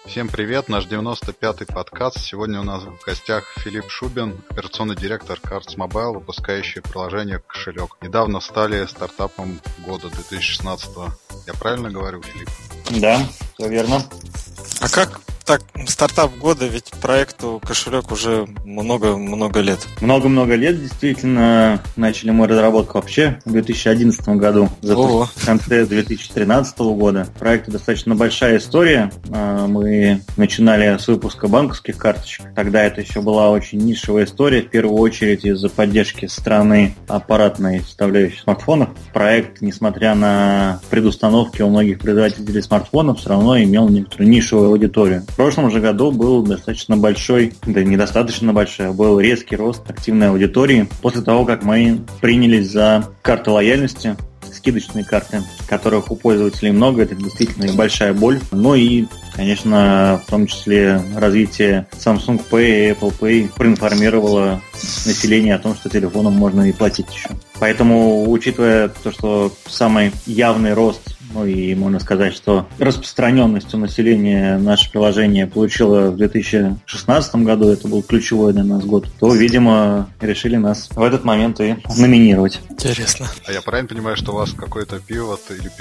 Всем привет, наш 95-й подкаст. Сегодня у нас в гостях Филипп Шубин, операционный директор Cards Mobile, выпускающий приложение «Кошелек». Недавно стали стартапом года 2016-го. Я правильно говорю, Филипп? Да, все верно. А как так, стартап года, ведь проекту «Кошелек» уже много-много лет. Много-много лет, действительно. Начали мы разработку вообще в 2011 году, в конце 2013 года. Проект достаточно большая история. Мы начинали с выпуска банковских карточек. Тогда это еще была очень нишевая история, в первую очередь из-за поддержки со стороны аппаратной составляющей смартфонов. Проект, несмотря на предустановки у многих производителей смартфонов, все равно имел некоторую нишевую аудиторию. В прошлом же году был достаточно большой, да недостаточно большой, был резкий рост активной аудитории после того, как мы принялись за карты лояльности, скидочные карты, которых у пользователей много, это действительно большая боль. Ну и, конечно, в том числе развитие Samsung Pay и Apple Pay проинформировало население о том, что телефоном можно и платить еще. Поэтому, учитывая то, что самый явный рост, ну и можно сказать, что распространенность у населения наше приложение получило в 2016 году, это был ключевой для нас год, то, видимо, решили нас в этот момент и номинировать. Интересно. А я правильно понимаю, что у вас какой-то пивот,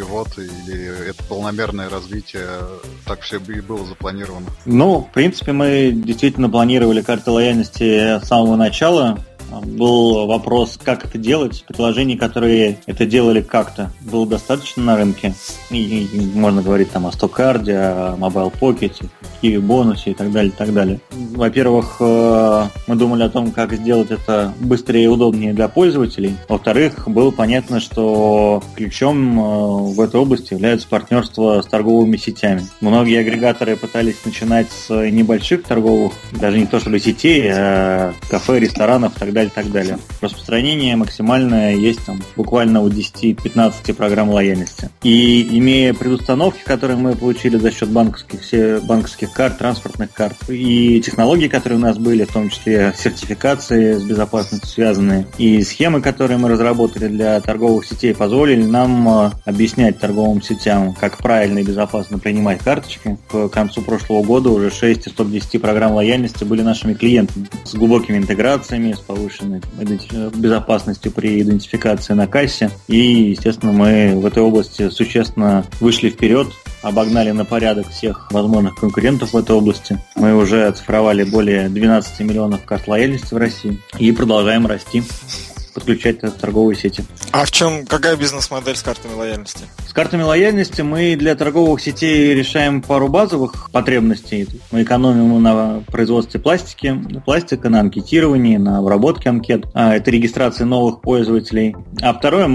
или это полномерное развитие, так все и было запланировано? Ну, в принципе, мы действительно планировали карты лояльности с самого начала. Был вопрос, как это делать. Приложений, которые это делали как-то, было достаточно на рынке. И можно говорить там о Стокарде, о Mobile Pocket, Kiwi бонусе и так далее, и так далее. Во-первых, мы думали о том, как сделать это быстрее и удобнее для пользователей. Во-вторых, было понятно, что ключом в этой области является партнерство с торговыми сетями. Многие агрегаторы пытались начинать с небольших торговых, даже не то чтобы сетей, а кафе, ресторанов и так далее, и так далее. Распространение максимальное есть там буквально у 10-15 программ лояльности. И имея предустановки, которые мы получили за счет банковских карт, транспортных карт, и технологии, которые у нас были, в том числе сертификации с безопасностью связанные, и схемы, которые мы разработали для торговых сетей, позволили нам объяснять торговым сетям, как правильно и безопасно принимать карточки. К концу прошлого года уже 6 из топ-10 программ лояльности были нашими клиентами с глубокими интеграциями, с повышенной безопасностью при идентификации на кассе. И, естественно, мы в этой области существенно вышли вперед, обогнали на порядок всех возможных конкурентов в этой области. Мы уже оцифровали более 12 миллионов карт лояльности в России и продолжаем расти, подключать торговые сети. А какая бизнес-модель с картами лояльности? С картами лояльности мы для торговых сетей решаем пару базовых потребностей. Мы экономим на производстве пластика, на анкетировании, на обработке анкет. Это регистрация новых пользователей. А второе,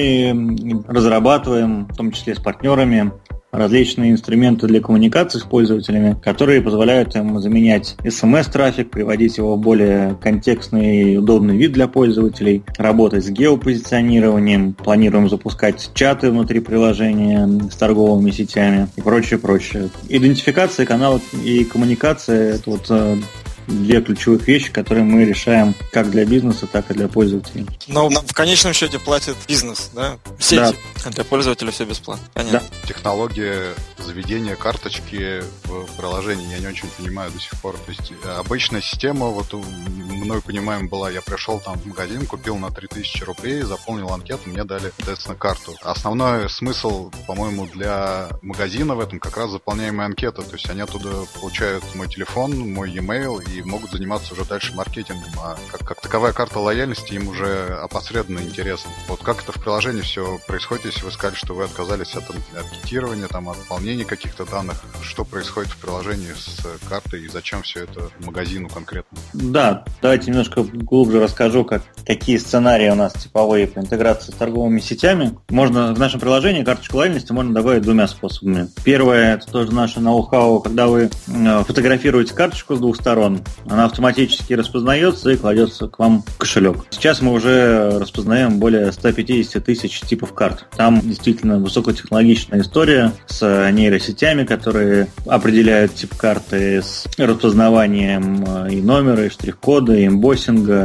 мы разрабатываем, в том числе с партнерами, различные инструменты для коммуникации с пользователями, которые позволяют им заменять смс-трафик, приводить его в более контекстный и удобный вид для пользователей, работать с геопозиционированием, планируем запускать чаты внутри приложения с торговыми сетями и прочее. Идентификация каналов и коммуникация – это вот две ключевых вещи, которые мы решаем как для бизнеса, так и для пользователей. Но в конечном счете платит бизнес, да? Сети. Да. А для пользователя все бесплатно. Понятно. Да. Технология заведения карточки в приложении я не очень понимаю до сих пор. То есть обычная система, вот мной понимаем, была, я пришел там в магазин, купил на 3000 рублей, заполнил анкету, мне дали, соответственно, карту. Основной смысл, по-моему, для магазина в этом как раз заполняемая анкета. То есть они оттуда получают мой телефон, мой e-mail и могут заниматься уже дальше маркетингом. А как таковая карта лояльности им уже опосредованно интересна. Вот как это в приложении все происходит, если вы сказали, что вы отказались от анкетирования, там, от заполнения каких-то данных? Что происходит в приложении с картой и зачем все это магазину конкретно? Да, давайте немножко глубже расскажу, какие сценарии у нас типовые по интеграции с торговыми сетями. Можно в нашем приложении карточку лояльности можно добавить двумя способами. Первое, это тоже наше ноу-хау, когда вы фотографируете карточку с двух сторон, она автоматически распознается и кладется к вам в кошелек. Сейчас мы уже распознаем более 150 тысяч типов карт. Там действительно высокотехнологичная история с нейросетями, которые определяют тип карты, с распознаванием и номера, и штрих-кода, и эмбоссинга,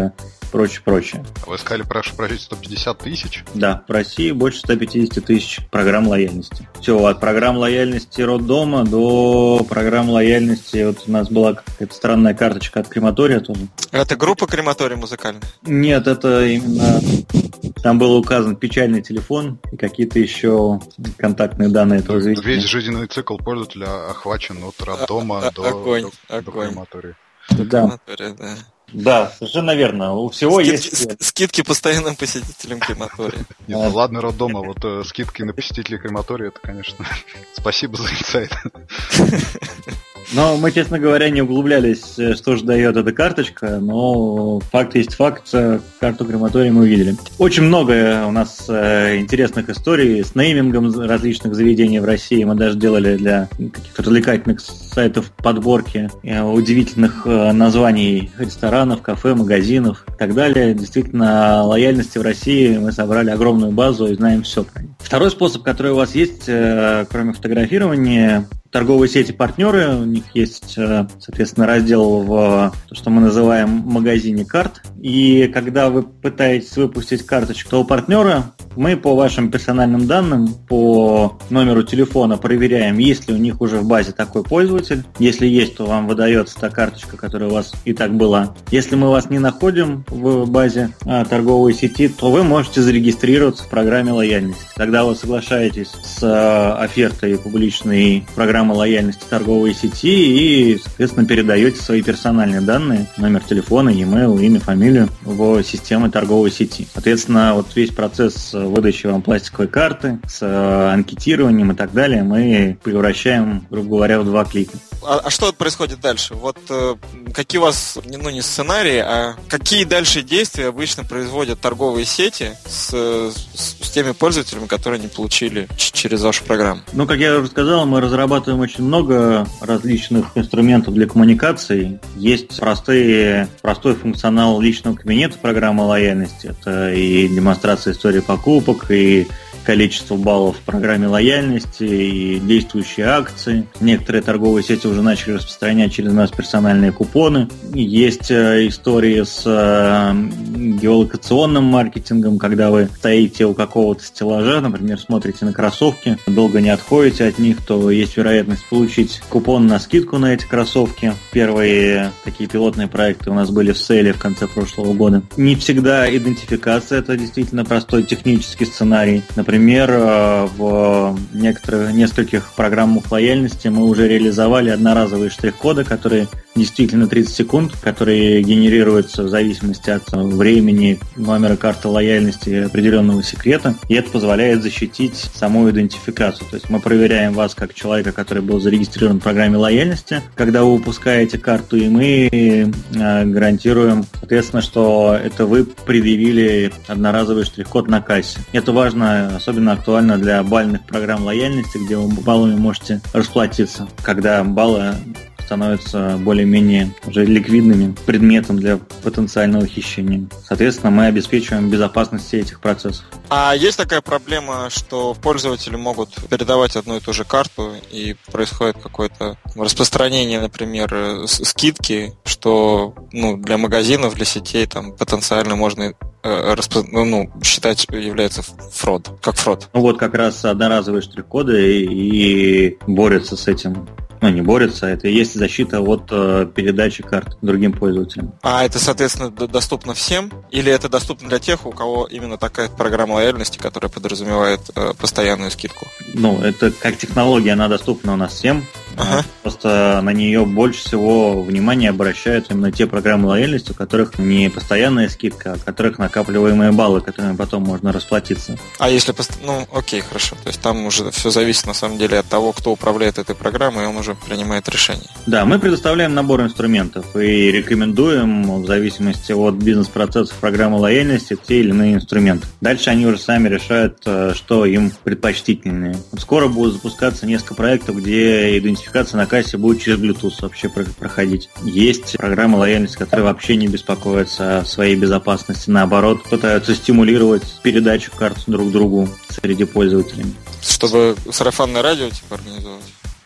прочее. Вы сказали, прошу прощения, 150 тысяч? Да, в России больше 150 тысяч программ лояльности. Все, от программ лояльности роддома до программ лояльности. Вот у нас была какая-то странная карточка от крематория тоже. Это группа крематория музыкальная? Нет, это именно... Там был указан печальный телефон и какие-то еще контактные данные этого заведения. Весь жизненный цикл пользователя охвачен от роддома до крематория. Да. Да, совершенно верно. У всего есть... Скидки постоянным посетителям крематория. Нет, ладно, роддома, вот скидки на посетителей крематория, это, конечно, спасибо за инсайт. Но мы, честно говоря, не углублялись, что же дает эта карточка, но факт есть факт, карту крематория мы увидели. Очень много у нас интересных историй с неймингом различных заведений в России. Мы даже делали для каких-то развлекательных сайтов подборки удивительных названий ресторанов, кафе, магазинов и так далее. Действительно, лояльности в России мы собрали огромную базу и знаем все про них. Второй способ, который у вас есть, кроме фотографирования, торговые сети-партнеры, у них есть, соответственно, раздел в то, что мы называем магазине карт. И когда вы пытаетесь выпустить карточку того партнера, мы по вашим персональным данным, по номеру телефона проверяем, есть ли у них уже в базе такой пользователь. Если есть, то вам выдается та карточка, которая у вас и так была. Если мы вас не находим в базе торговой сети, то вы можете зарегистрироваться в программе лояльности. Тогда вы соглашаетесь с офертой публичной программы лояльности торговой сети и, соответственно, передаете свои персональные данные, номер телефона, e-mail, имя, фамилию в систему торговой сети. Соответственно, вот весь процесс выдачи вам пластиковой карты с анкетированием и так далее мы превращаем, грубо говоря, в 2 клика. А что происходит дальше? Вот какие у вас, не сценарии, а какие дальше действия обычно производят торговые сети с теми пользователями, которые не получили через вашу программу? Ну, как я уже сказал, мы разрабатываем очень много различных инструментов для коммуникации. Есть простой функционал личного кабинета программы лояльности. Это и демонстрация истории покупок, и количество баллов в программе лояльности, и действующие акции. Некоторые торговые сети уже начали распространять через нас персональные купоны. Есть истории с геолокационным маркетингом, когда вы стоите у какого-то стеллажа, например, смотрите на кроссовки, долго не отходите от них, то есть вероятность получить купон на скидку на эти кроссовки. Первые такие пилотные проекты у нас были в сейле в конце прошлого года. Не всегда идентификация – это действительно простой технический сценарий. Например, в нескольких программах лояльности мы уже реализовали одноразовые штрих-коды, которые действительно 30 секунд, которые генерируются в зависимости от времени, номера карты лояльности и определенного секрета. И это позволяет защитить саму идентификацию. То есть мы проверяем вас как человека, который был зарегистрирован в программе лояльности, когда вы выпускаете карту, и мы гарантируем, соответственно, что это вы предъявили одноразовый штрих-код на кассе. Это важно, особенно актуально для бальных программ лояльности, где вы баллами можете расплатиться, когда баллы становятся более-менее уже ликвидными предметом для потенциального хищения. Соответственно, мы обеспечиваем безопасность всех этих процессов. А есть такая проблема, что пользователи могут передавать одну и ту же карту, и происходит какое-то распространение, например, скидки, что для магазинов, для сетей там потенциально можно считать, является фрод, как фрод. Вот как раз одноразовые штрих-коды и борются с этим. Не борются, это и есть защита от передачи карт другим пользователям. А это, соответственно, доступно всем? Или это доступно для тех, у кого именно такая программа лояльности, которая подразумевает постоянную скидку? Это как технология, она доступна у нас всем. Ага. Просто на нее больше всего внимания обращают именно те программы лояльности, у которых не постоянная скидка, а у которых накапливаемые баллы, которыми потом можно расплатиться. А если... окей, хорошо. То есть там уже все зависит на самом деле от того, кто управляет этой программой, и он уже принимает решение. Да, мы предоставляем набор инструментов и рекомендуем в зависимости от бизнес-процессов программы лояльности те или иные инструменты. Дальше они уже сами решают, что им предпочтительнее. Скоро будут запускаться несколько проектов, где идентификация на кассе будет через Bluetooth вообще проходить. Есть программы лояльности, которые вообще не беспокоятся о своей безопасности, наоборот, пытаются стимулировать передачу карт друг другу среди пользователей. Чтобы сарафанное радио организовать?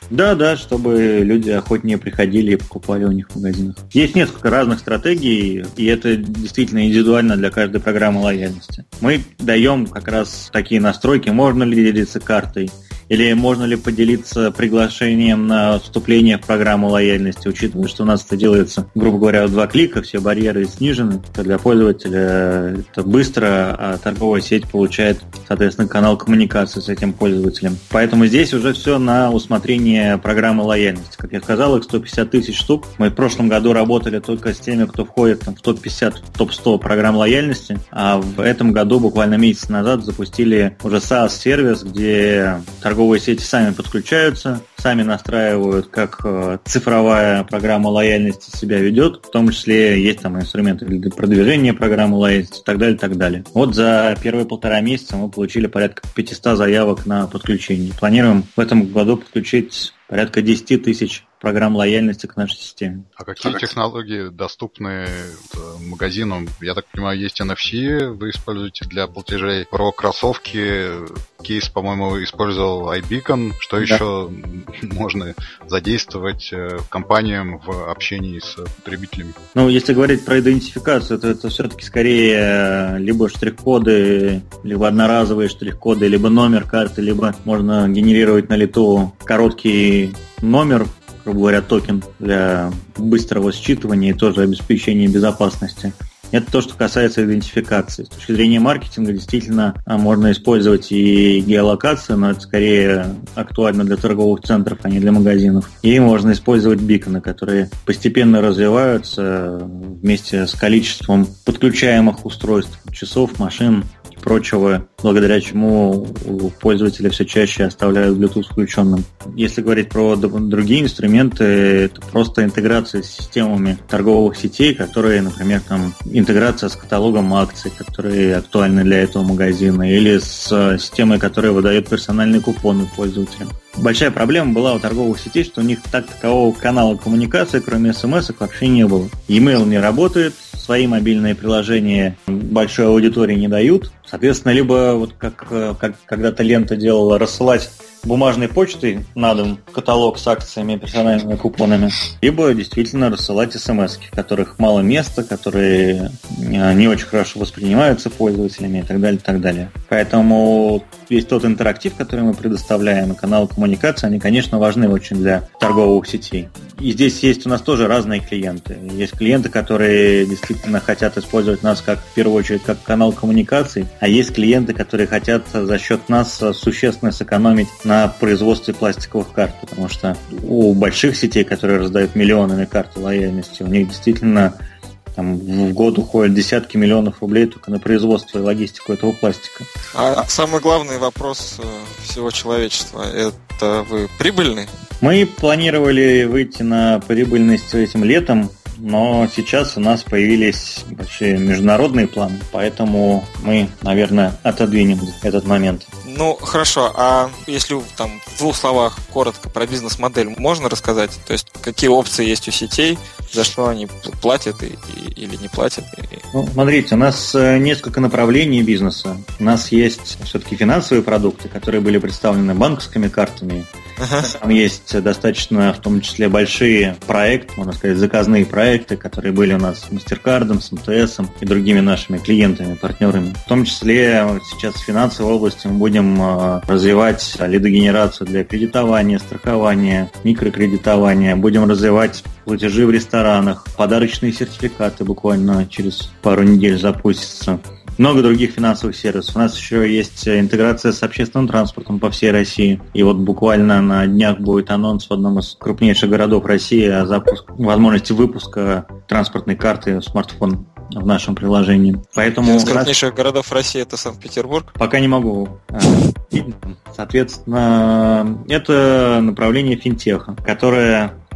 Да, чтобы люди охотнее приходили и покупали у них в магазинах. Есть несколько разных стратегий, и это действительно индивидуально для каждой программы лояльности. Мы даем как раз такие настройки, можно ли делиться картой, или можно ли поделиться приглашением на вступление в программу лояльности, учитывая, что у нас это делается, грубо говоря, в 2 клика, все барьеры снижены. Для пользователя это быстро, а торговая сеть получает, соответственно, канал коммуникации с этим пользователем. Поэтому здесь уже все на усмотрение программы лояльности. Как я сказал, их 150 тысяч штук. Мы в прошлом году работали только с теми, кто входит в топ-50, топ-100 программ лояльности, а в этом году, буквально месяц назад, запустили уже SaaS-сервис, где торговые сети сами подключаются, сами настраивают, как цифровая программа лояльности себя ведет, в том числе есть там инструменты для продвижения программы лояльности и так далее, и так далее. Вот за первые 1,5 месяца мы получили порядка 500 заявок на подключение. Планируем в этом году подключить порядка 10 тысяч программ лояльности к нашей системе. А какие технологии доступны магазинам? Я так понимаю, есть NFC, вы используете для платежей. Про кроссовки кейс, по-моему, использовал iBeacon. Что еще можно задействовать компаниям в общении с потребителями? Ну, если говорить про идентификацию, то это все-таки скорее либо штрих-коды, либо одноразовые штрих-коды, либо номер карты, либо можно генерировать на лету короткий номер, грубо говоря, токен для быстрого считывания и тоже обеспечения безопасности. Это то, что касается идентификации. С точки зрения маркетинга действительно можно использовать и геолокацию, но это скорее актуально для торговых центров, а не для магазинов. И можно использовать биконы, которые постепенно развиваются вместе с количеством подключаемых устройств, часов, машин и прочего, благодаря чему пользователи все чаще оставляют Bluetooth включенным. Если говорить про другие инструменты, это просто интеграция с системами торговых сетей, которые, например, там интеграция с каталогом акций, которые актуальны для этого магазина, или с системой, которая выдает персональные купоны пользователям. Большая проблема была у торговых сетей, что у них такового канала коммуникации, кроме смс-ок, вообще не было. E-mail не работает, свои мобильные приложения большой аудитории не дают. Соответственно, либо вот как когда-то Лента делала, рассылать бумажной почтой на дом каталог с акциями и персональными купонами, либо действительно рассылать смс-ки, в которых мало места, которые не очень хорошо воспринимаются пользователями и так далее, и так далее. Поэтому весь тот интерактив, который мы предоставляем, и каналы коммуникации, они, конечно, важны очень для торговых сетей. И здесь есть у нас тоже разные клиенты. Есть клиенты, которые действительно хотят использовать нас в первую очередь как канал коммуникаций, а есть клиенты, которые хотят за счет нас существенно сэкономить на производстве пластиковых карт, потому что у больших сетей, которые раздают миллионами карт лояльности, у них действительно там в год уходят десятки миллионов рублей только на производство и логистику этого пластика. А самый главный вопрос всего человечества – это вы прибыльны? Мы планировали выйти на прибыльность этим летом, но сейчас у нас появились большие международные планы, поэтому мы, наверное, отодвинем этот момент. Ну, хорошо, а если там в 2 словах коротко про бизнес-модель можно рассказать? То есть, какие опции есть у сетей, за что они платят или не платят? Ну, смотрите, у нас несколько направлений бизнеса. У нас есть все-таки финансовые продукты, которые были представлены банковскими картами. Там есть достаточно, в том числе, большие проекты, можно сказать, заказные проекты, которые были у нас с MasterCard, с МТС и другими нашими клиентами, партнерами. В том числе сейчас в финансовой области мы будем развивать лидогенерацию для кредитования, страхования, микрокредитования. Будем развивать платежи в ресторанах, подарочные сертификаты буквально через пару недель запустятся. Много других финансовых сервисов. У нас еще есть интеграция с общественным транспортом по всей России. И вот буквально на днях будет анонс в одном из крупнейших городов России о возможности выпуска транспортной карты в смартфон в нашем приложении. Поэтому из крупнейших городов России это Санкт-Петербург? Пока не могу. Соответственно, это направление финтеха, которое в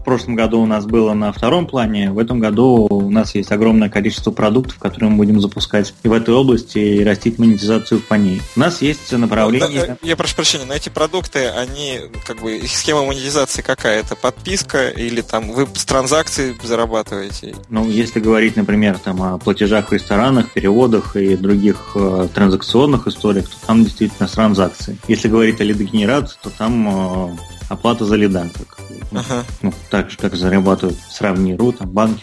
прошлом году у нас было на втором плане, в этом году у нас есть огромное количество продуктов, которые мы будем запускать и в этой области, и растить монетизацию по ней. У нас есть направление... Я прошу прощения, но эти продукты, они, как бы, их схема монетизации какая? Это подписка или там вы с транзакций зарабатываете? Ну, если говорить, например, там, о платежах в ресторанах, переводах и других транзакционных историях, то там действительно с транзакцией. Если говорить о лидогенерации, то там оплата за лида. Так же, как зарабатывают Сравни.ру, там, банки.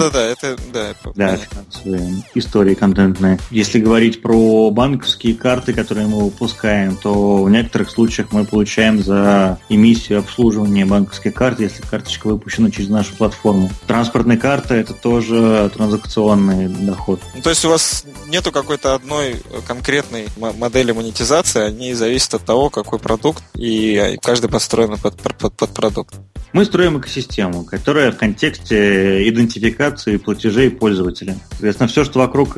Это истории контентные. Если говорить про банковские карты, которые мы выпускаем, то в некоторых случаях мы получаем за эмиссию обслуживания банковской карты, если карточка выпущена через нашу платформу. Транспортные карты – это тоже транзакционный доход. То есть у вас нету какой-то одной конкретной модели монетизации, они зависят от того, какой продукт, и каждый построен под продукт. Мы строим экосистему, которая в контексте идентификации платежей пользователя. Соответственно, все, что вокруг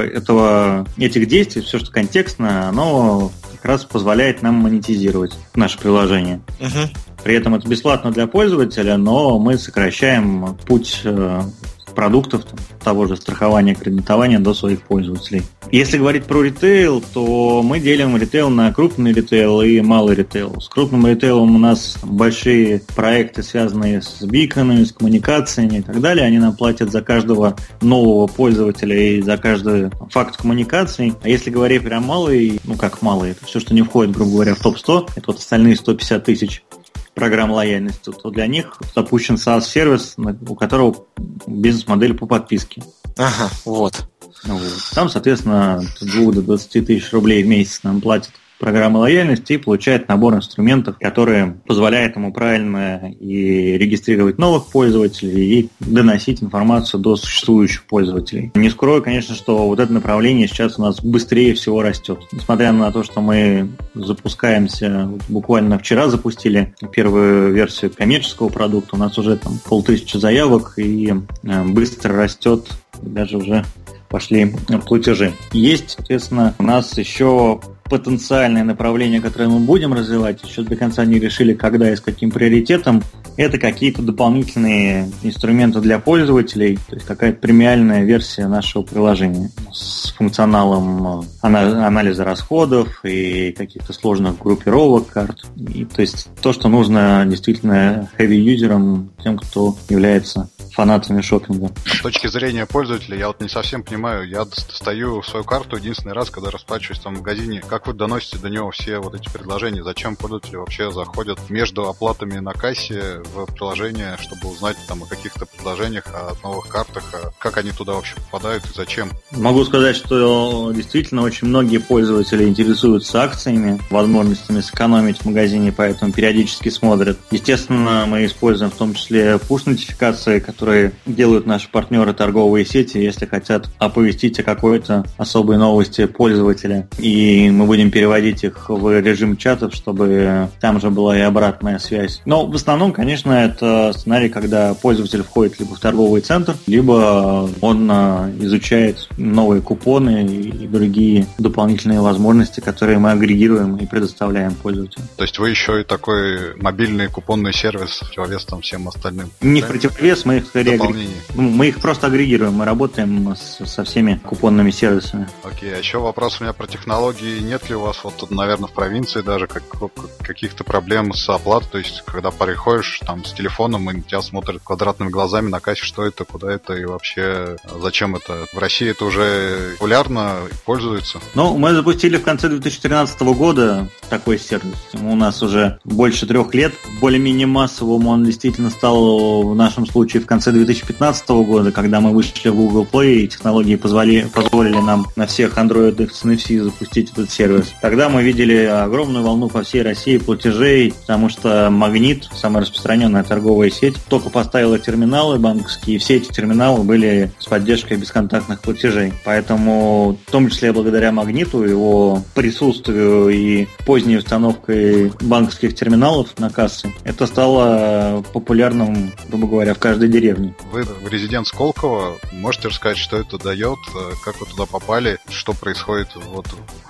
этих действий, все, что контекстно, оно как раз позволяет нам монетизировать наше приложение. При этом это бесплатно для пользователя, но мы сокращаем путь продуктов, того же страхования, кредитования до своих пользователей. Если говорить про ритейл, то мы делим ритейл на крупный ритейл и малый ритейл. С крупным ритейлом у нас большие проекты, связанные с биконами, с коммуникациями и так далее. Они нам платят за каждого нового пользователя и за каждый факт коммуникаций. А если говорить прям малый, малый, это все, что не входит, грубо говоря, в топ-100, это вот остальные 150 тысяч программ лояльности, то для них запущен SaaS-сервис, у которого бизнес-модель по подписке. Ага, вот. Там, соответственно, от 2 до 20 тысяч рублей в месяц нам платят программы лояльности и получает набор инструментов, которые позволяют ему правильно и регистрировать новых пользователей, и доносить информацию до существующих пользователей. Не скрою, конечно, что вот это направление сейчас у нас быстрее всего растет. Несмотря на то, что мы запускаемся, буквально вчера запустили первую версию коммерческого продукта, у нас уже там 500 заявок, и быстро растет, даже уже пошли платежи. Есть, соответственно, у нас еще потенциальное направление, которое мы будем развивать, еще до конца не решили, когда и с каким приоритетом, это какие-то дополнительные инструменты для пользователей, то есть какая-то премиальная версия нашего приложения с функционалом анализа расходов и каких-то сложных группировок карт. И, то есть то, что нужно действительно heavy-юзерам, тем, кто является фанатами шопинга. С точки зрения пользователя, я вот не совсем понимаю, я достаю свою карту единственный раз, когда расплачиваюсь там в магазине. Как вы доносите до него все вот эти предложения? Зачем пользователи вообще заходят между оплатами на кассе в приложение, чтобы узнать там о каких-то предложениях, о новых картах, как они туда вообще попадают и зачем? Могу сказать, что действительно очень многие пользователи интересуются акциями, возможностями сэкономить в магазине, поэтому периодически смотрят. Естественно, мы используем в том числе push-нотификации, которые делают наши партнеры торговые сети, если хотят оповестить о какой-то особой новости пользователя. И мы будем переводить их в режим чатов, чтобы там же была и обратная связь. Но в основном, конечно, это сценарий, когда пользователь входит либо в торговый центр, либо он изучает новые купоны и другие дополнительные возможности, которые мы агрегируем и предоставляем пользователю. То есть вы еще и такой мобильный купонный сервис в противовес там всем остальным? Не в противовес, мы их скорее мы их просто агрегируем, мы работаем со всеми купонными сервисами. Окей, а еще вопрос у меня про технологии. Нет ли у вас, вот, наверное, в провинции даже каких-то проблем с оплатой? То есть, когда приходишь там с телефоном, и тебя смотрят квадратными глазами на кассе, что это, куда это и вообще зачем это? В России это уже популярно, пользуется? Ну, мы запустили в конце 2013 года такой сервис. У нас уже больше 3 лет. Более-менее массовым он действительно стал в нашем случае в конце 2015 года, когда мы вышли в Google Play, и технологии позволили нам на всех андроидах с NFC запустить этот сервис. Тогда мы видели огромную волну по всей России платежей, потому что Магнит, самая распространенная торговая сеть, только поставила терминалы банковские, и все эти терминалы были с поддержкой бесконтактных платежей. Поэтому, в том числе благодаря Магниту, его присутствию и поздней установкой банковских терминалов на кассы, это стало популярным, грубо говоря, в каждой деревне. Вы резидент Сколково, можете рассказать, что это дает, как вы туда попали, что происходит вот с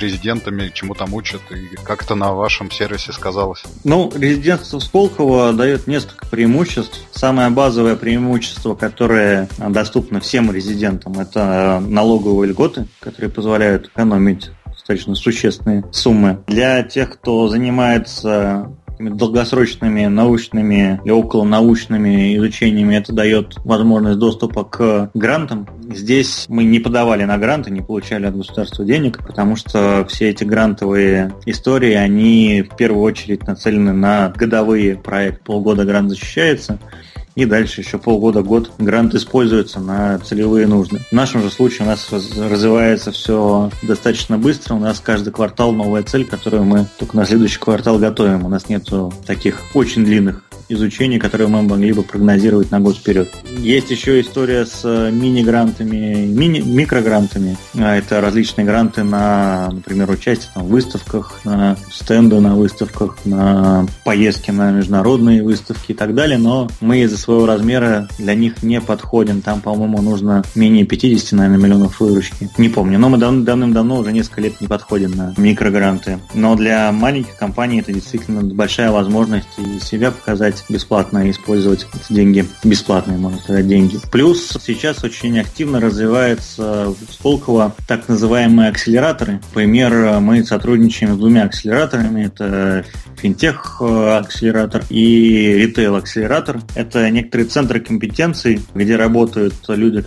резидентами, чему там учат, и как это на вашем сервисе сказалось? Ну, резидентство в Сколково дает несколько преимуществ. Самое базовое преимущество, которое доступно всем резидентам, это налоговые льготы, которые позволяют экономить достаточно существенные суммы. Для тех, кто занимается долгосрочными научными или околонаучными изучениями, это дает возможность доступа к грантам. Здесь мы не подавали на гранты, не получали от государства денег, потому что все эти грантовые истории, они в первую очередь нацелены на годовые проекты. Полгода грант защищается, и дальше еще полгода-год грант используется на целевые нужды. В нашем же случае у нас развивается все достаточно быстро. У нас каждый квартал новая цель, которую мы только на следующий квартал готовим. У нас нет таких очень длинных изучений, которые мы могли бы прогнозировать на год вперед. Есть еще история с мини-грантами, микрогрантами. Это различные гранты на, например, участие в выставках, на стенды на выставках, на поездки на международные выставки и так далее, но мы из-за своего размера для них не подходим. Там, по-моему, нужно менее 50, наверное, миллионов выручки. Не помню, но мы давным-давно уже несколько лет не подходим на микрогранты. Но для маленьких компаний это действительно большая возможность и себя показать бесплатно, использовать эти деньги, бесплатные, можно сказать, деньги. Плюс сейчас очень активно развивается в Сколково так называемые акселераторы. Например, мы сотрудничаем с двумя акселераторами. Это финтех-акселератор и ритейл-акселератор. Это некоторые центры компетенций, где работают люди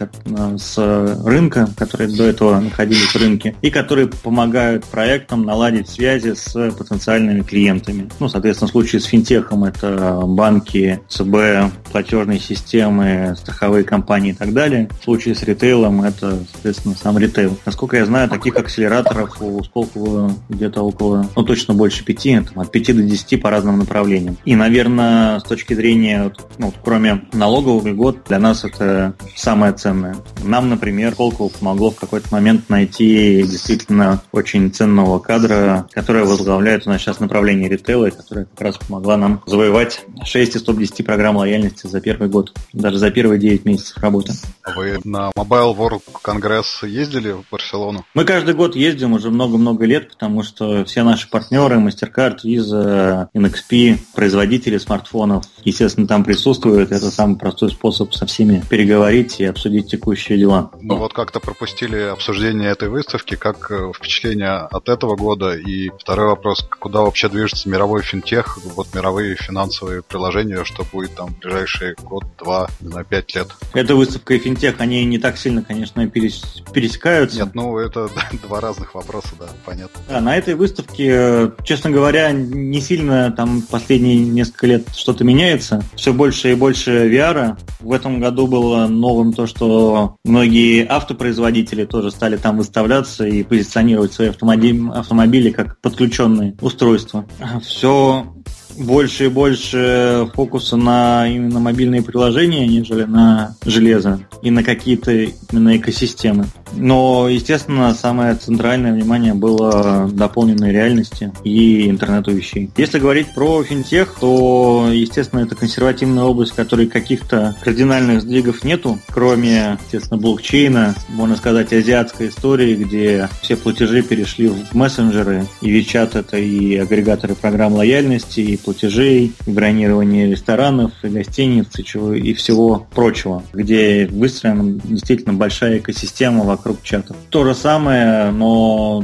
с рынка, которые до этого находились в рынке, и которые помогают проектам наладить связи с потенциальными клиентами. Ну, соответственно, в случае с финтехом это банки, ЦБ, платежные системы, страховые компании и так далее. В случае с ритейлом это, соответственно, сам ритейл. Насколько я знаю, таких акселераторов у Сколково где-то около, точно больше 5, от 5 до 10 по разным направлениям. И, наверное, с точки зрения, кроме налоговых льгот, для нас это самое ценное. Нам, например, Сколково помогло в какой-то момент найти действительно очень ценного кадра, который возглавляет у нас сейчас направление ритейла, и которая как раз помогла нам завоевать 6 из топ-10 программ лояльности за первый год, даже за первые 9 месяцев работы. Вы на Mobile World Congress ездили в Барселону? Мы каждый год ездим уже много-много лет, потому что все наши партнеры, MasterCard, Visa, NXP, производители смартфонов, естественно, там присутствуют. Это самый простой способ со всеми переговорить и обсудить текущие дела. Мы вот как-то пропустили обсуждение этой выставки. Как впечатление от этого года? И второй вопрос, куда вообще движется мировой финтех, мировые финансовые приложения, что будет там в ближайший год, 2, на 5 лет? Эта выставка и финтех, они не так сильно, конечно, пересекаются. Нет, это два разных вопроса, да, понятно. Да, на этой выставке, честно говоря, не сильно там последние несколько лет что-то меняется. Все больше и больше VR. В этом году было новым то, что многие автопроизводители тоже стали там выставляться и позиционировать свои автомобили как подключенные устройства. Все больше и больше фокуса на именно мобильные приложения, нежели на железо и на какие-то именно экосистемы. Но, естественно, самое центральное внимание было дополненной реальности и интернету вещей. Если говорить про финтех, то, естественно, это консервативная область, в которой каких-то кардинальных сдвигов нету, кроме, естественно, блокчейна, можно сказать, азиатской истории, где все платежи перешли в мессенджеры, и WeChat — это и агрегаторы программ лояльности, и платежей, и бронирование ресторанов, и гостиниц, и всего прочего, где выстроена действительно большая экосистема вокруг чатов. То же самое, но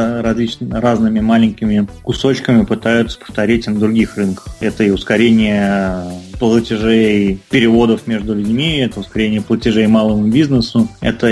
разными маленькими кусочками пытаются повторить на других рынках. Это и ускорение платежей, переводов между людьми, это ускорение платежей малому бизнесу, это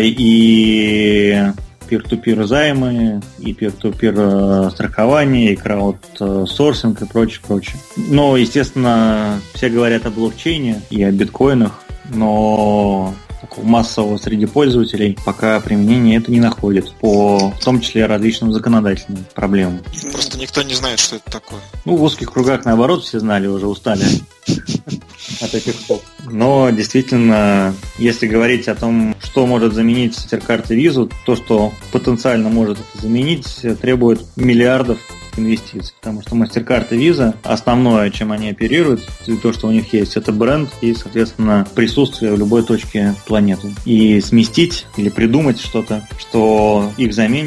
и peer-to-peer займы, и peer-to-peer страхование, и краудсорсинг и прочее. Но, естественно, все говорят о блокчейне и о биткоинах, но такого массового среди пользователей пока применение это не находит, в том числе различным законодательным проблемам. Просто никто не знает, что это такое. В узких кругах, наоборот, все знали, уже устали от этих слов. Но действительно, если говорить о том, что может заменить MasterCard и Visa, то, что потенциально может это заменить, требует миллиардов инвестиций, потому что MasterCard и Visa, основное, чем они оперируют, и то, что у них есть, это бренд и, соответственно, присутствие в любой точке планеты. И сместить или придумать что-то, что их заменит,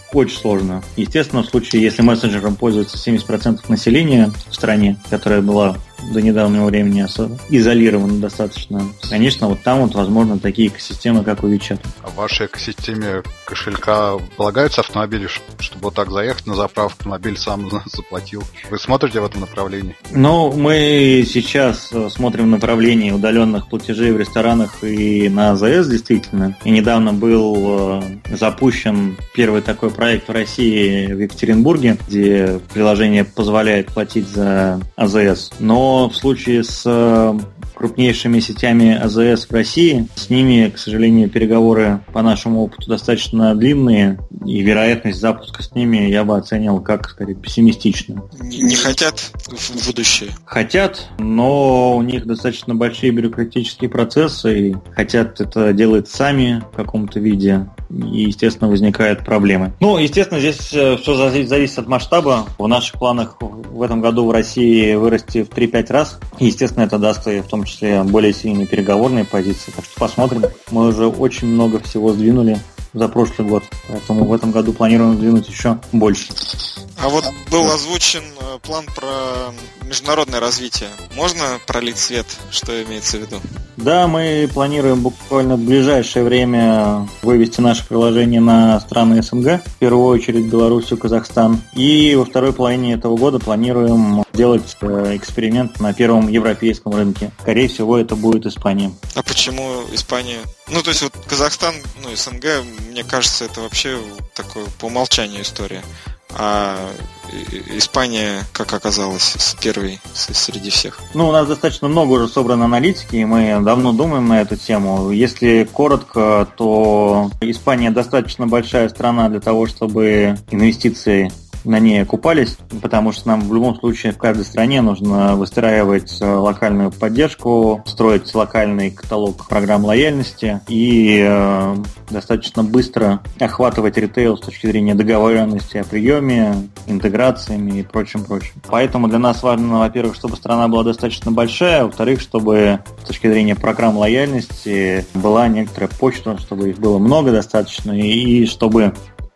очень сложно. Естественно, в случае, если мессенджером пользуется 70% населения в стране, которая была до недавнего времени изолирована достаточно, конечно, вот там вот возможно такие экосистемы, как у WeChat. А в вашей экосистеме кошелька полагаются автомобили, чтобы вот так заехать на заправку, автомобиль сам заплатил? Вы смотрите в этом направлении? Ну, мы сейчас смотрим в направлении удаленных платежей в ресторанах и на АЗС, действительно. И недавно был запущен первый такой проект в России в Екатеринбурге, где приложение позволяет платить за АЗС. Но в случае с крупнейшими сетями АЗС в России, с ними, к сожалению, переговоры по нашему опыту достаточно длинные, и вероятность запуска с ними я бы оценил как, скорее, пессимистичную. Не хотят в будущее? Хотят, но у них достаточно большие бюрократические процессы, и хотят это делать сами в каком-то виде, и, естественно, возникают проблемы. Ну, естественно, здесь все зависит от масштаба. В наших планах в этом году в России вырасти в 3-5 раз. Естественно, это даст и в том числе более сильные переговорные позиции. Так что посмотрим. Мы уже очень много всего сдвинули за прошлый год, поэтому в этом году планируем сдвинуть еще больше. А вот был озвучен план про международное развитие. Можно пролить свет, что имеется в виду? Да, мы планируем буквально в ближайшее время вывести наше приложение на страны СНГ, в первую очередь Белоруссию, Казахстан. И во второй половине этого года планируем делать эксперимент на первом европейском рынке. Скорее всего, это будет Испания. А почему Испания? Ну, то есть вот Казахстан, СНГ, мне кажется, это вообще такое по умолчанию история. А Испания, как оказалось, первой среди всех? У нас достаточно много уже собрано аналитики, и мы давно думаем на эту тему. Если коротко, то Испания достаточно большая страна для того, чтобы инвестиции на ней окупались, потому что нам в любом случае в каждой стране нужно выстраивать локальную поддержку, строить локальный каталог программ лояльности и достаточно быстро охватывать ритейл с точки зрения договоренности о приеме, интеграциями и прочим. Поэтому для нас важно, во-первых, чтобы страна была достаточно большая, а во-вторых, чтобы с точки зрения программ лояльности была некоторая почта, чтобы их было много достаточно и чтобы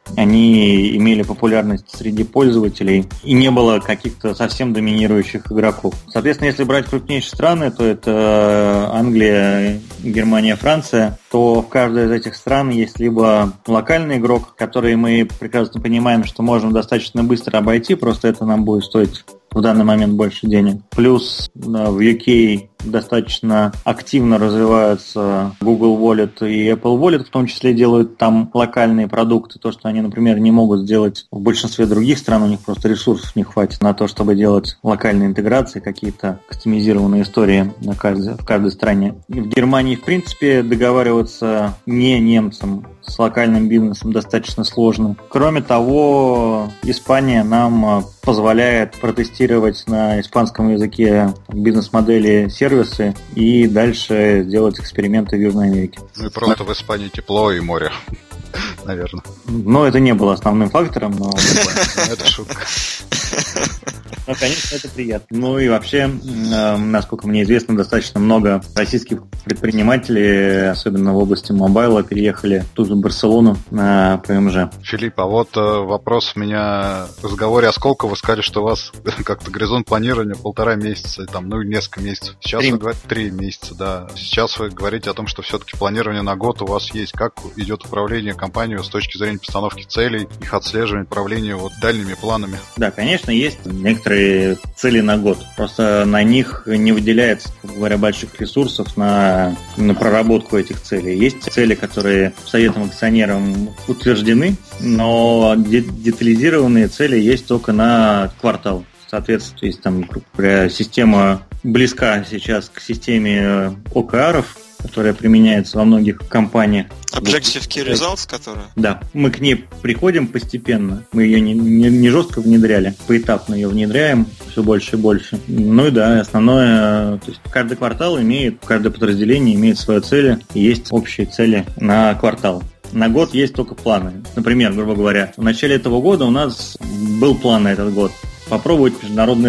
они имели популярность среди пользователей и не было каких-то совсем доминирующих игроков. Соответственно, если брать крупнейшие страны, то это Англия, Германия, Франция, то в каждой из этих стран есть либо локальный игрок, который мы прекрасно понимаем, что можем достаточно быстро обойти, просто это нам будет стоить в данный момент больше денег. Плюс в UK достаточно активно развиваются Google Wallet и Apple Wallet, в том числе делают там локальные продукты, то, что они, например, не могут сделать в большинстве других стран, у них просто ресурсов не хватит на то, чтобы делать локальные интеграции, какие-то кастомизированные истории в каждой стране. В Германии, в принципе, договариваться не немцам с локальным бизнесом достаточно сложно. Кроме того, Испания нам позволяет протестировать на испанском языке бизнес-модели, сервисы и дальше делать эксперименты в Южной Америке. И просто в Испании тепло и море, наверное. Это не было основным фактором, но... Это шутка. Конечно, это приятно. И вообще, насколько мне известно, достаточно много российских предпринимателей, особенно в области мобайла, переехали в ту же Барселону на ПМЖ. Филипп, а вот вопрос у меня в разговоре о Сколково. Вы сказали, что у вас как-то горизонт планирования 1,5 месяца, несколько месяцев. Сейчас вы говорите 3 месяца, да. Сейчас вы говорите о том, что все-таки планирование на год у вас есть. Как идет управление компанией с точки зрения постановки целей, их отслеживания, управления дальними планами? Да, конечно, есть некоторые цели на год. Просто на них не выделяется, говоря, больших ресурсов на проработку этих целей. Есть цели, которые Советом акционерам утверждены, но детализированные цели есть только на квартал. Соответственно, есть там, грубо говоря, система близка сейчас к системе OKR-ов, которая применяется во многих компаниях. Objective Key Results, которая? Да. Мы к ней приходим постепенно. Мы ее не жестко внедряли. Поэтапно ее внедряем все больше и больше. Основное, то есть каждый квартал каждое подразделение имеет свои цели. И есть общие цели на квартал. На год есть только планы. Например, грубо говоря, в начале этого года у нас был план на этот год попробовать международные рынки.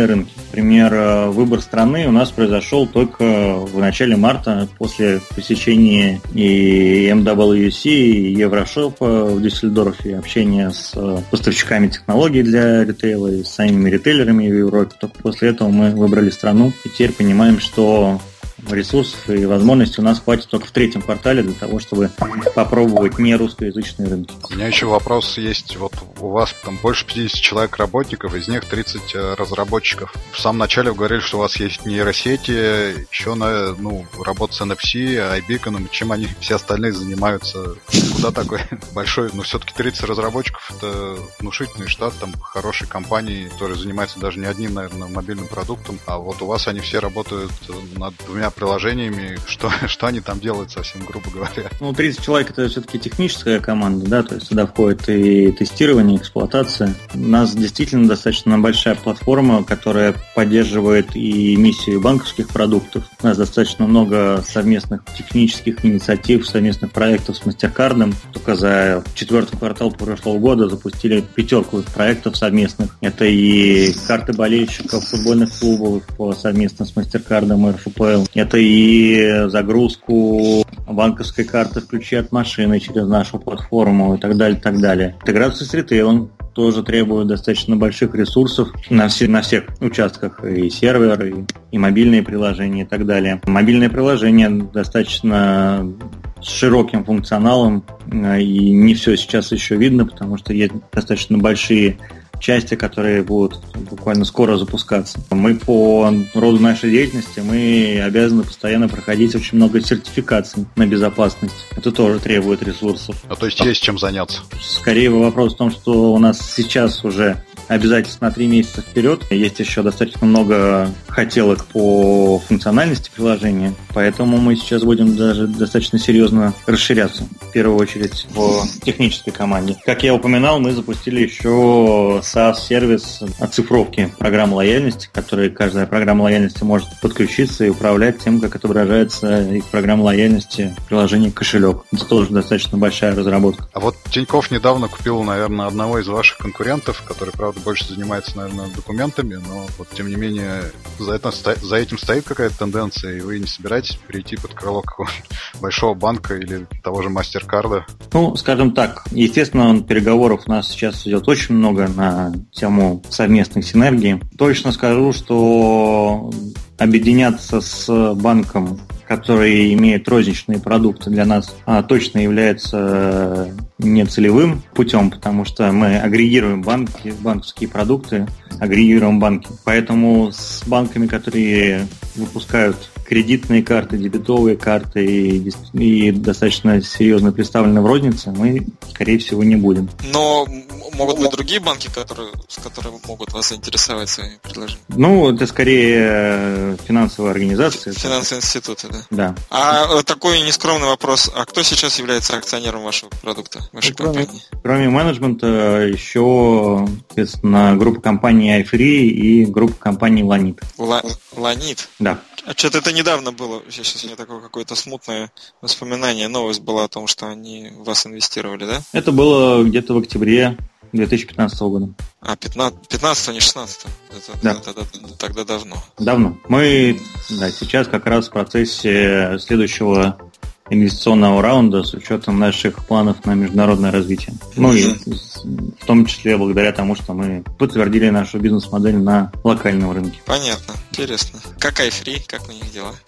Например, выбор страны у нас произошел только в начале марта после посещения и MWC, и Еврошопа в Дюссельдорфе, общения с поставщиками технологий для ритейла и с самими ритейлерами в Европе. Только после этого мы выбрали страну и теперь понимаем, что ресурсов и возможностей у нас хватит только в третьем квартале для того, чтобы попробовать не русскоязычные рынки. У меня еще вопрос есть. Вот у вас там больше 50 человек работников, из них 30 разработчиков. В самом начале вы говорили, что у вас есть нейросети, еще работа с NFC, iBeacon, чем они все остальные занимаются? Куда такой большой? Все-таки 30 разработчиков — это внушительный штат, там хорошей компании, которые занимаются даже не одним, наверное, мобильным продуктом, а вот у вас они все работают над двумя приложениями. Что они там делают, совсем грубо говоря? 30 человек — это все-таки техническая команда, да, то есть сюда входит и тестирование, и эксплуатация. У нас действительно достаточно большая платформа, которая поддерживает и миссию банковских продуктов. У нас достаточно много совместных технических инициатив, совместных проектов с MasterCard. Только за четвертый квартал прошлого года запустили 5 проектов совместных. Это и карты болельщиков футбольных клубов совместно с MasterCard и РФПЛ. Это и загрузку банковской карты в ключи от машины через нашу платформу и так далее, и так далее. Интеграция с ритейлом тоже требует достаточно больших ресурсов на всех участках, и сервер, и мобильные приложения и так далее. Мобильное приложение достаточно с широким функционалом, и не все сейчас еще видно, потому что есть достаточно большие части, которые будут буквально скоро запускаться. Мы по роду нашей деятельности мы обязаны постоянно проходить очень много сертификаций на безопасность. Это тоже требует ресурсов. То есть есть чем заняться? Скорее вопрос в том, что у нас сейчас уже обязательств на 3 месяца вперед. Есть еще достаточно много хотелок по функциональности приложения, поэтому мы сейчас будем даже достаточно серьезно расширяться, в первую очередь в технической команде. Как я упоминал, мы запустили еще SaaS-сервис оцифровки программы лояльности, который каждая программа лояльности может подключиться и управлять тем, как отображается их программа лояльности в приложении кошелек. Это тоже достаточно большая разработка. А вот Тинькофф недавно купил, наверное, одного из ваших конкурентов, который, правда, больше занимается, наверное, документами, но вот тем не менее за этим стоит какая-то тенденция, и вы не собираетесь перейти под крыло какого-то большого банка или того же MasterCard? Скажем так, естественно, переговоров у нас сейчас идет очень много на тему совместных синергий. Точно скажу, что объединяться с банком, который имеет розничные продукты, для нас точно является нецелевым путем, потому что мы агрегируем банковские продукты, агрегируем банки. Поэтому с банками, которые выпускают кредитные карты, дебетовые карты и достаточно серьезно представлены в рознице, мы, скорее всего, не будем. Но могут быть другие банки, с которыми могут вас заинтересовать своими предложениями? Это скорее финансовые организации. Финансовые институты, да? Да. А такой нескромный вопрос. А кто сейчас является акционером вашего продукта, вашей компании? Кроме менеджмента, еще, соответственно, группа компаний iFree и группа компаний Lanit. Lanit? Да. А что-то это недавно было. Сейчас у меня такое какое-то смутное воспоминание. Новость была о том, что они в вас инвестировали, да? Это было где-то в октябре 2015 года. 15-го, не 16-го? Да. Тогда давно. Давно. Мы сейчас как раз в процессе следующего инвестиционного раунда с учетом наших планов на международное развитие. И в том числе благодаря тому, что мы подтвердили нашу бизнес-модель на локальном рынке. Понятно. Интересно. Как iFree? Как у них дела?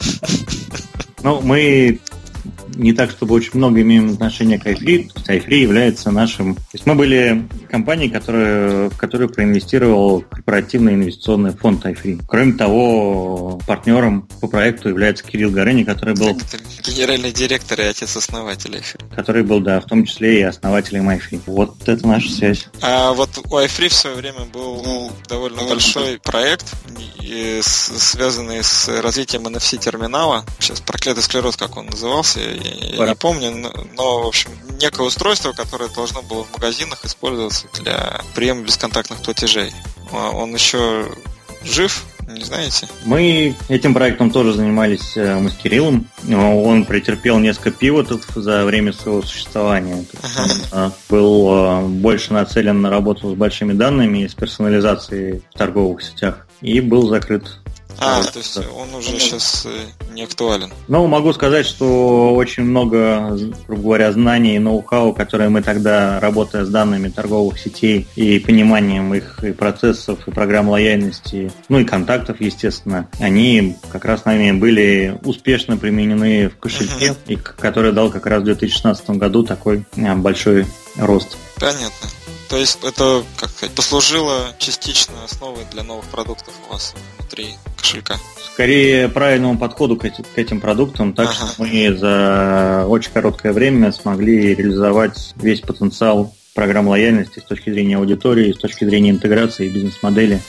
Мы не так, чтобы очень много имеем отношения к iFree. iFree является нашим... То есть мы были компанией, в которую проинвестировал корпоративный инвестиционный фонд iFree. Кроме того, партнером по проекту является Кирилл Горыня, который был... Генеральный директор и отец-основатель iFree. Который был, в том числе и основателем iFree. Вот это наша связь. А вот у iFree в свое время был довольно большой проект, связанный с развитием NFC-терминала. Сейчас проклятый склероз, как он назывался, я не помню, но, в общем, некое устройство, которое должно было в магазинах использоваться для приема бесконтактных платежей. Он еще жив? Не знаете? Мы этим проектом тоже занимались мы с Кириллом. Он претерпел несколько пивотов за время своего существования. Он был больше нацелен на работу с большими данными и с персонализацией в торговых сетях. и был закрыт. То есть он уже сейчас не актуален. Но могу сказать, что очень много, грубо говоря, знаний и ноу-хау, которые мы тогда, работая с данными торговых сетей и пониманием их и процессов, и программ лояльности, ну и контактов, естественно, они как раз нами были успешно применены в кошельке, и который дал как раз в 2016 году такой большой рост. Понятно. То есть это, как сказать, послужило частично основой для новых продуктов у вас внутри кошелька? Скорее, правильному подходу к этим продуктам, так что мы за очень короткое время смогли реализовать весь потенциал программ лояльности с точки зрения аудитории, с точки зрения интеграции и бизнес-модели,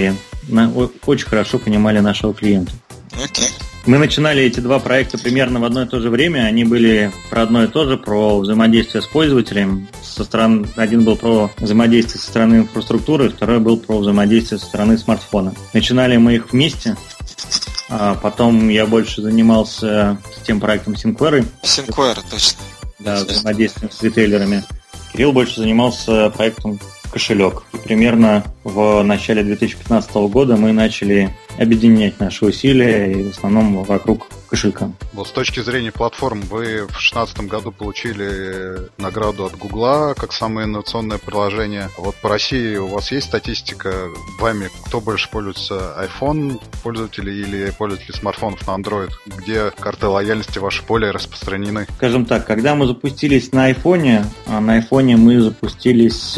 очень хорошо понимали нашего клиента. Okay. Мы начинали эти два проекта примерно в одно и то же время. Они были про одно и то же, про взаимодействие с пользователем. Один был про взаимодействие со стороны инфраструктуры, второй был про взаимодействие со стороны смартфона. Начинали мы их вместе. А потом я больше занимался тем проектом Syncware. Syncware, точно. Да, взаимодействием с ритейлерами. Кирилл больше занимался проектом кошелек. И примерно в начале 2015 года мы начали объединять наши усилия, и в основном вокруг кошелька. Вот с точки зрения платформ, вы в 2016 году получили награду от Гугла как самое инновационное приложение. Вот по России у вас есть статистика, вами кто больше пользуется, iPhone пользователи или пользователи смартфонов на Android? Где карты лояльности ваши более распространены? Скажем так, когда мы запустились на iPhone, мы запустились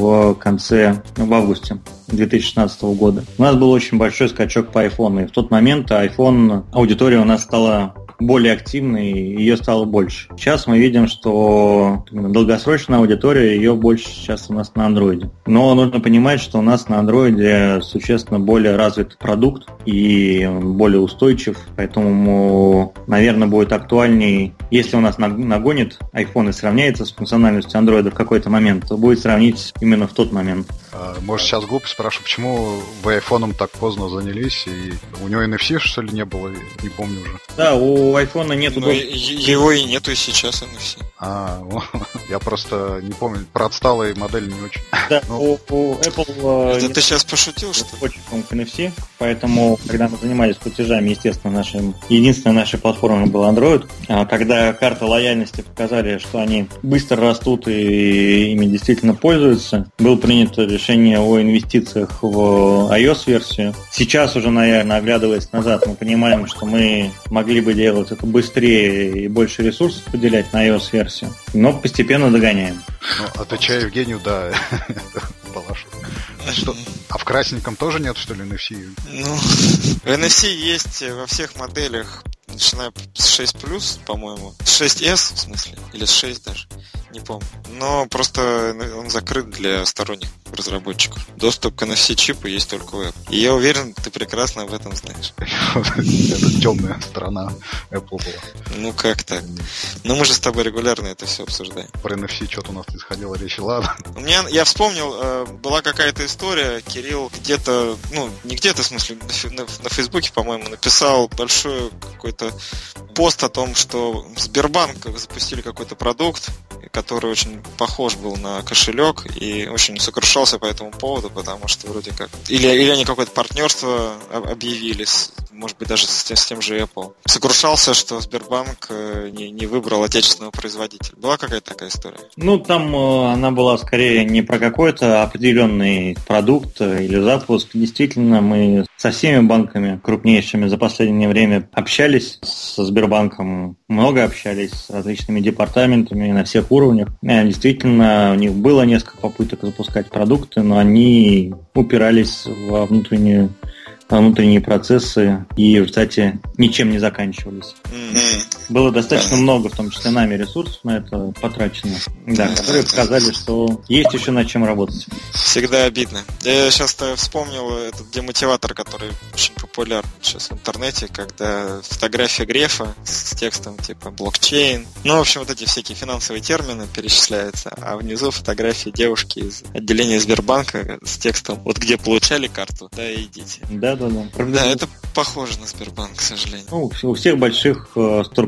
в августе 2016 года. У нас был очень большой скачок по iPhone, и в тот момент iPhone аудитория у нас стала более активной, и ее стало больше. Сейчас мы видим, что долгосрочная аудитория, ее больше сейчас у нас на Android. Но нужно понимать, что у нас на Android существенно более развит продукт и более устойчив, поэтому, наверное, будет актуальней, если у нас нагонит iPhone и сравняется с функциональностью Android в какой-то момент, то будет сравнить именно в тот момент. Может, сейчас глупо спрашиваю, почему вы iPhone так поздно занялись, и у него NFC, что ли, не было, не помню уже. Да, у iPhone нет его и нету и сейчас NFC. Я просто не помню, про отсталые модели не очень. Да, у Apple... Это ты сейчас пошутил, что ли? Очень к NFC, поэтому, когда мы занимались платежами, естественно, единственной нашей платформой был Android. Когда карты лояльности показали, что они быстро растут и ими действительно пользуются, было принято решение о инвестициях в iOS-версию. Сейчас уже, наверное, оглядываясь назад, мы понимаем, что мы могли бы делать это быстрее и больше ресурсов выделять на iOS-версию, но постепенно догоняем. Отвечая Евгению, да, Балашу. А в красненьком тоже нет, что ли, NFC? NFC есть во всех моделях, начиная с 6+, по-моему. С 6S, в смысле, или с 6 даже, не помню. Но просто он закрыт для сторонних разработчиков. Доступ к NFC-чипу есть только у Apple. И я уверен, ты прекрасно об этом знаешь. Это темная сторона Apple была. Ну как так? Ну мы же с тобой регулярно это все обсуждаем. Про NFC что-то у нас исходило речи, ладно. Я вспомнил, была какая-то история, Кирилл где-то, не где-то, в смысле, на Фейсбуке, по-моему, написал большой какой-то пост о том, что Сбербанк запустили какой-то продукт, который очень похож был на кошелек, и очень сокрушался по этому поводу, потому что вроде как... Или они какое-то партнерство объявили, может быть, даже с тем же Apple. Сокрушался, что Сбербанк не выбрал отечественного производителя. Была какая-то такая история? Там она была скорее не про какой-то определенный продукт или запуск. Действительно, мы со всеми банками крупнейшими за последнее время общались, со Сбербанком много общались, с различными департаментами на всех уровнях. Действительно, у них было несколько попыток запускать продукты, но они упирались во внутренние процессы и в результате ничем не заканчивались. Было достаточно много, в том числе нами, ресурсов на это потрачено, которые показали, что есть еще над чем работать. Всегда обидно. Я сейчас вспомнил этот демотиватор, который очень популярен сейчас в интернете, когда фотография Грефа с текстом типа блокчейн. В общем, вот эти всякие финансовые термины перечисляются, а внизу фотография девушки из отделения Сбербанка с текстом «Вот где получали карту, да идите». Да. Да, это похоже на Сбербанк, к сожалению. У всех больших структур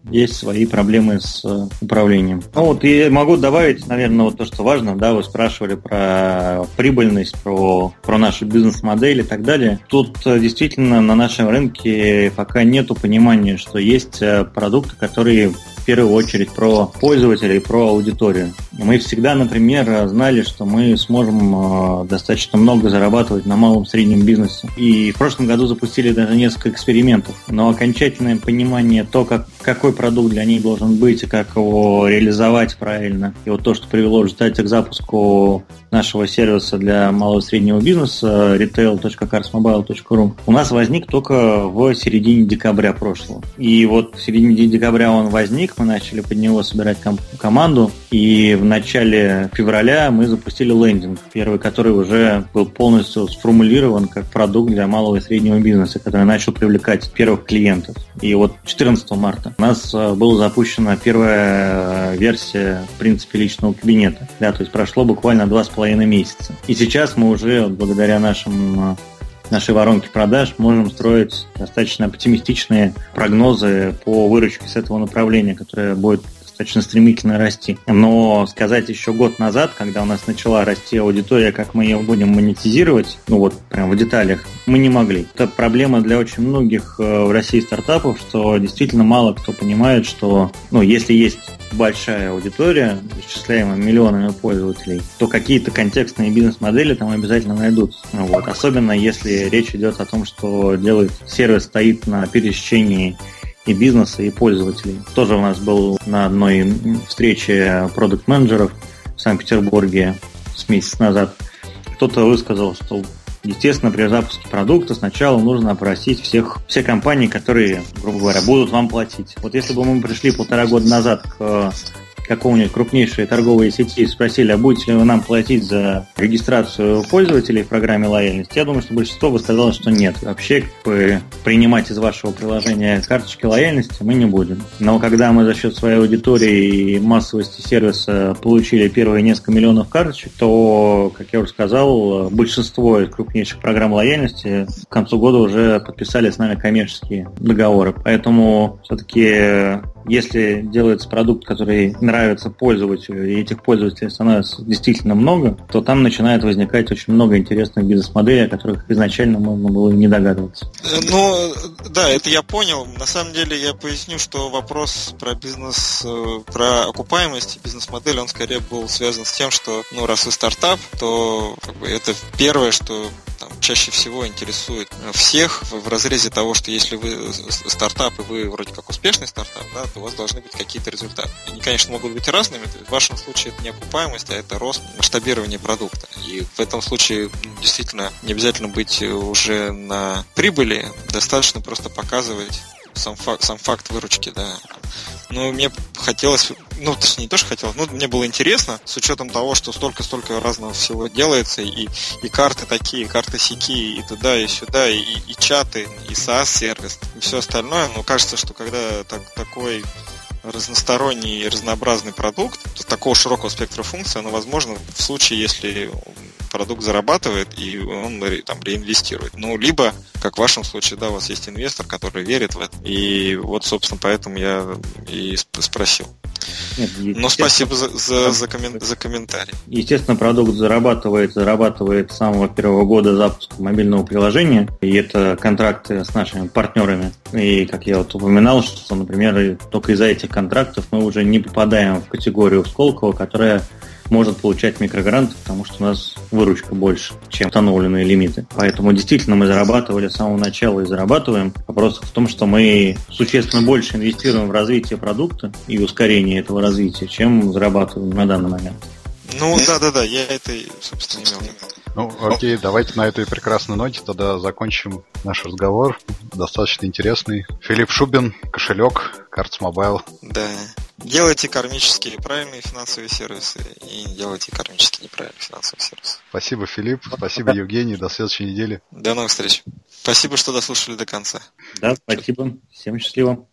есть свои проблемы с управлением. Ну вот и могу добавить, наверное, вот то, что важно, да, вы спрашивали про прибыльность, про нашу бизнес-модель и так далее. Тут действительно на нашем рынке пока нету понимания, что есть продукты, которые в первую очередь про пользователей, про аудиторию. Мы всегда, например, знали, что мы сможем достаточно много зарабатывать на малом и среднем бизнесе. И в прошлом году запустили даже несколько экспериментов. Но окончательное понимание то, какой продукт для них должен быть и как его реализовать правильно, и вот то, что привело в результате к запуску нашего сервиса для малого и среднего бизнеса retail.carsmobile.ru у нас возник только в середине декабря прошлого. И вот в середине декабря он возник, мы начали под него собирать команду, и в начале февраля мы запустили лендинг, первый, который уже был полностью сформулирован как продукт для малого и среднего бизнеса, который начал привлекать первых клиентов. И вот 14 марта у нас была запущена первая версия, в принципе, личного кабинета. Да, то есть прошло буквально 2,5 месяца. И сейчас мы уже, благодаря нашей воронке продаж, можем строить достаточно оптимистичные прогнозы по выручке с этого направления, которое будет достаточно стремительно расти. Но сказать еще год назад, когда у нас начала расти аудитория, как мы ее будем монетизировать, ну вот прям в деталях, мы не могли. Это проблема для очень многих в России стартапов, что действительно мало кто понимает, что если есть большая аудитория, исчисляемая миллионами пользователей, то какие-то контекстные бизнес-модели там обязательно найдутся. Вот. Особенно если речь идет о том, что сервис стоит на пересечении и бизнеса, и пользователей. Тоже у нас был на одной встрече продакт-менеджеров в Санкт-Петербурге с месяц назад. Кто-то высказал, что, естественно, при запуске продукта сначала нужно опросить все компании, которые, грубо говоря, будут вам платить. Вот если бы мы пришли 1,5 года назад к какого-нибудь крупнейшей торговой сети и спросили, а будете ли вы нам платить за регистрацию пользователей в программе лояльности, я думаю, что большинство бы сказало, что нет. Вообще, принимать из вашего приложения карточки лояльности мы не будем. Но когда мы за счет своей аудитории и массовости сервиса получили первые несколько миллионов карточек, то, как я уже сказал, большинство из крупнейших программ лояльности к концу года уже подписали с нами коммерческие договоры. Поэтому все-таки, если делается продукт, который нравится пользователю, и этих пользователей становится действительно много, то там начинает возникать очень много интересных бизнес-моделей, о которых изначально можно было не догадываться. Да, это я понял. На самом деле я поясню, что вопрос про бизнес, про окупаемость бизнес-модель, он скорее был связан с тем, что, раз вы стартап, то это первое, что чаще всего интересует всех в разрезе того, что если вы стартап и вы вроде как успешный стартап, да, то у вас должны быть какие-то результаты. Они, конечно, могут быть разными. В вашем случае это не окупаемость, а это рост, масштабирование продукта. И в этом случае действительно не обязательно быть уже на прибыли, достаточно просто показывать сам факт выручки, да. Но мне хотелось, точнее, не то, что хотелось, мне было интересно, с учетом того, что столько разного всего делается, и карты такие, и карты сякие, и туда, и сюда, и чаты, и SaaS-сервис, и все остальное. Но кажется, что когда такой разносторонний и разнообразный продукт, такого широкого спектра функций, оно возможно в случае, если продукт зарабатывает и он реинвестирует. Либо, как в вашем случае, да, у вас есть инвестор, который верит в это. И вот, собственно, поэтому я и спросил. Но спасибо за комментарий. Естественно, продукт зарабатывает с самого первого года запуска мобильного приложения, и это контракты с нашими партнерами. И, как я упоминал, что, например, только из-за этих контрактов мы уже не попадаем в категорию Сколково, которая может получать микрогранты, потому что у нас выручка больше, чем установленные лимиты. Поэтому действительно мы зарабатывали с самого начала и зарабатываем. Вопрос в том, что мы существенно больше инвестируем в развитие продукта и ускорение этого развития, чем зарабатываем на данный момент. Да, я это, собственно, имел. Окей, давайте на этой прекрасной ноте тогда закончим наш разговор. Достаточно интересный. Филипп Шубин, кошелек, Cards Mobile. Да. Делайте кармические правильные финансовые сервисы и не делайте кармически неправильные финансовые сервисы. Спасибо, Филипп. Спасибо, Евгений. До следующей недели. До новых встреч. Спасибо, что дослушали до конца. Да, спасибо. Всем счастливо.